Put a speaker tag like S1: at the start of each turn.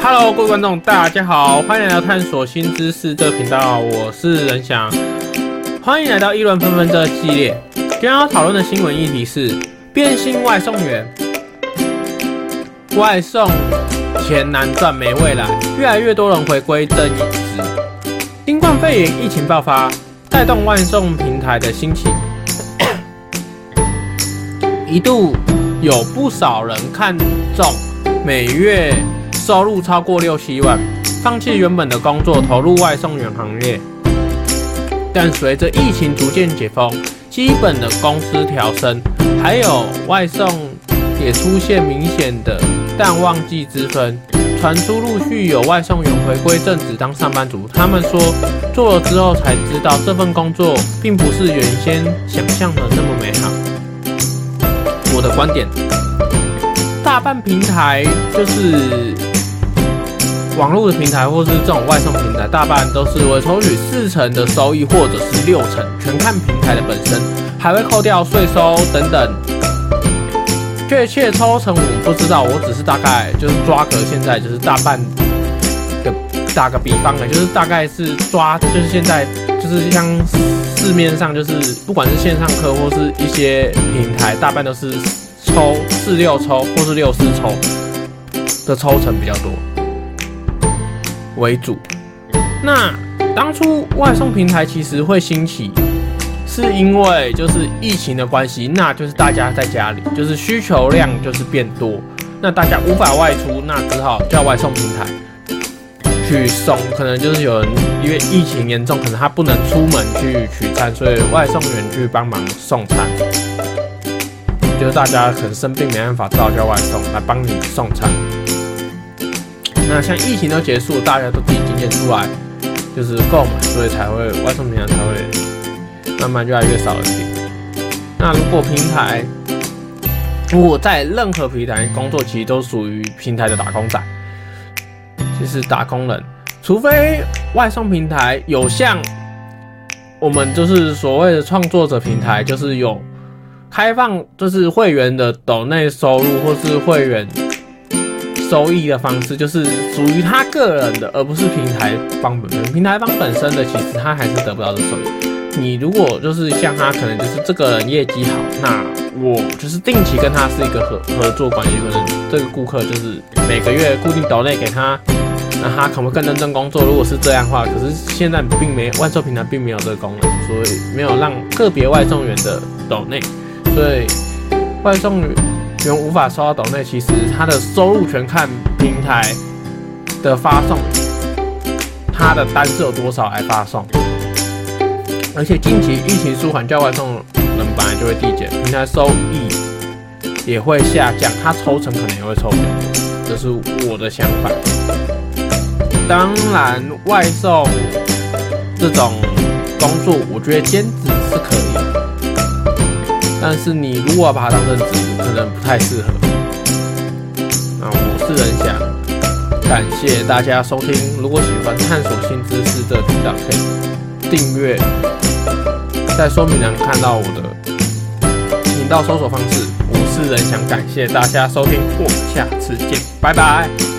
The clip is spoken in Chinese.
S1: Hello， 各位观众，大家好，欢迎来到探索新知识这个频道，我是仁翔，欢迎来到议论纷纷这个系列。今天要讨论的新闻议题是变性外送员，外送钱难赚没未来，越来越多人回归正职。新冠肺炎疫情爆发，带动外送平台的兴起，一度有不少人看中每月收入超过6-7万，放弃原本的工作，投入外送员行业。但随着疫情逐渐解封，基本的工资调升，还有外送也出现明显的淡旺季之分。传出陆续有外送员回归正职当上班族，他们说做了之后才知道这份工作并不是原先想象的那么美好。我的观点，大半平台就是网络的平台，或是这种外送平台，大半都是会抽取40%的收益，或者是60%，全看平台的本身，还会扣掉税收等等。确切抽成我们不知道，我只是大概就是抓个现在就是大半的打个比方的，就是大概是抓，就是现在就是像市面上就是不管是线上课或是一些平台，大半都是抽46抽或是64抽的抽成比较多为主。那当初外送平台其实会兴起，是因为就是疫情的关系，那就是大家在家里，就是需求量就是变多，那大家无法外出，那只好叫外送平台去送。可能就是有人因为疫情严重，可能他不能出门去取餐，所以外送员去帮忙送餐。就是大家可能生病没办法，只好叫外送来帮你送餐。那像疫情都结束，大家都自己经验出来，就是购买，所以才会外送平台才会慢慢越来越少人点。那如果在任何平台工作，其实都属于平台的打工仔，就是打工人，除非外送平台有像我们就是所谓的创作者平台，就是有开放就是会员的抖内收入或是会员收益的方式，就是属于他个人的，而不是平台方本身。平台方本身的其实他还是得不到的收益。你如果就是像他可能就是这个人业绩好，那我就是定期跟他是一个合作关系，可能这个顾客就是每个月固定抖内给他，那他可能会更认真工作。如果是这样的话，可是现在外送平台并没有这个功能，所以没有让个别外送员的抖内，所以外送员无法收到抖内，其实他的收入全看平台的发送，他的单是有多少来发送。而且近期疫情舒缓，叫外送人本来就会递减，平台收益也会下降，他抽成可能也会抽比较多，这是我的想法。当然，外送这种工作，我觉得兼职是可以的，但是你如果要把它当正职，可能不太适合。那我是仁翔，感谢大家收听。如果喜欢探索新知识的频道，可以订阅，在说明栏看到我的频道搜索方式。我是仁翔，感谢大家收听，我们下次见，拜拜。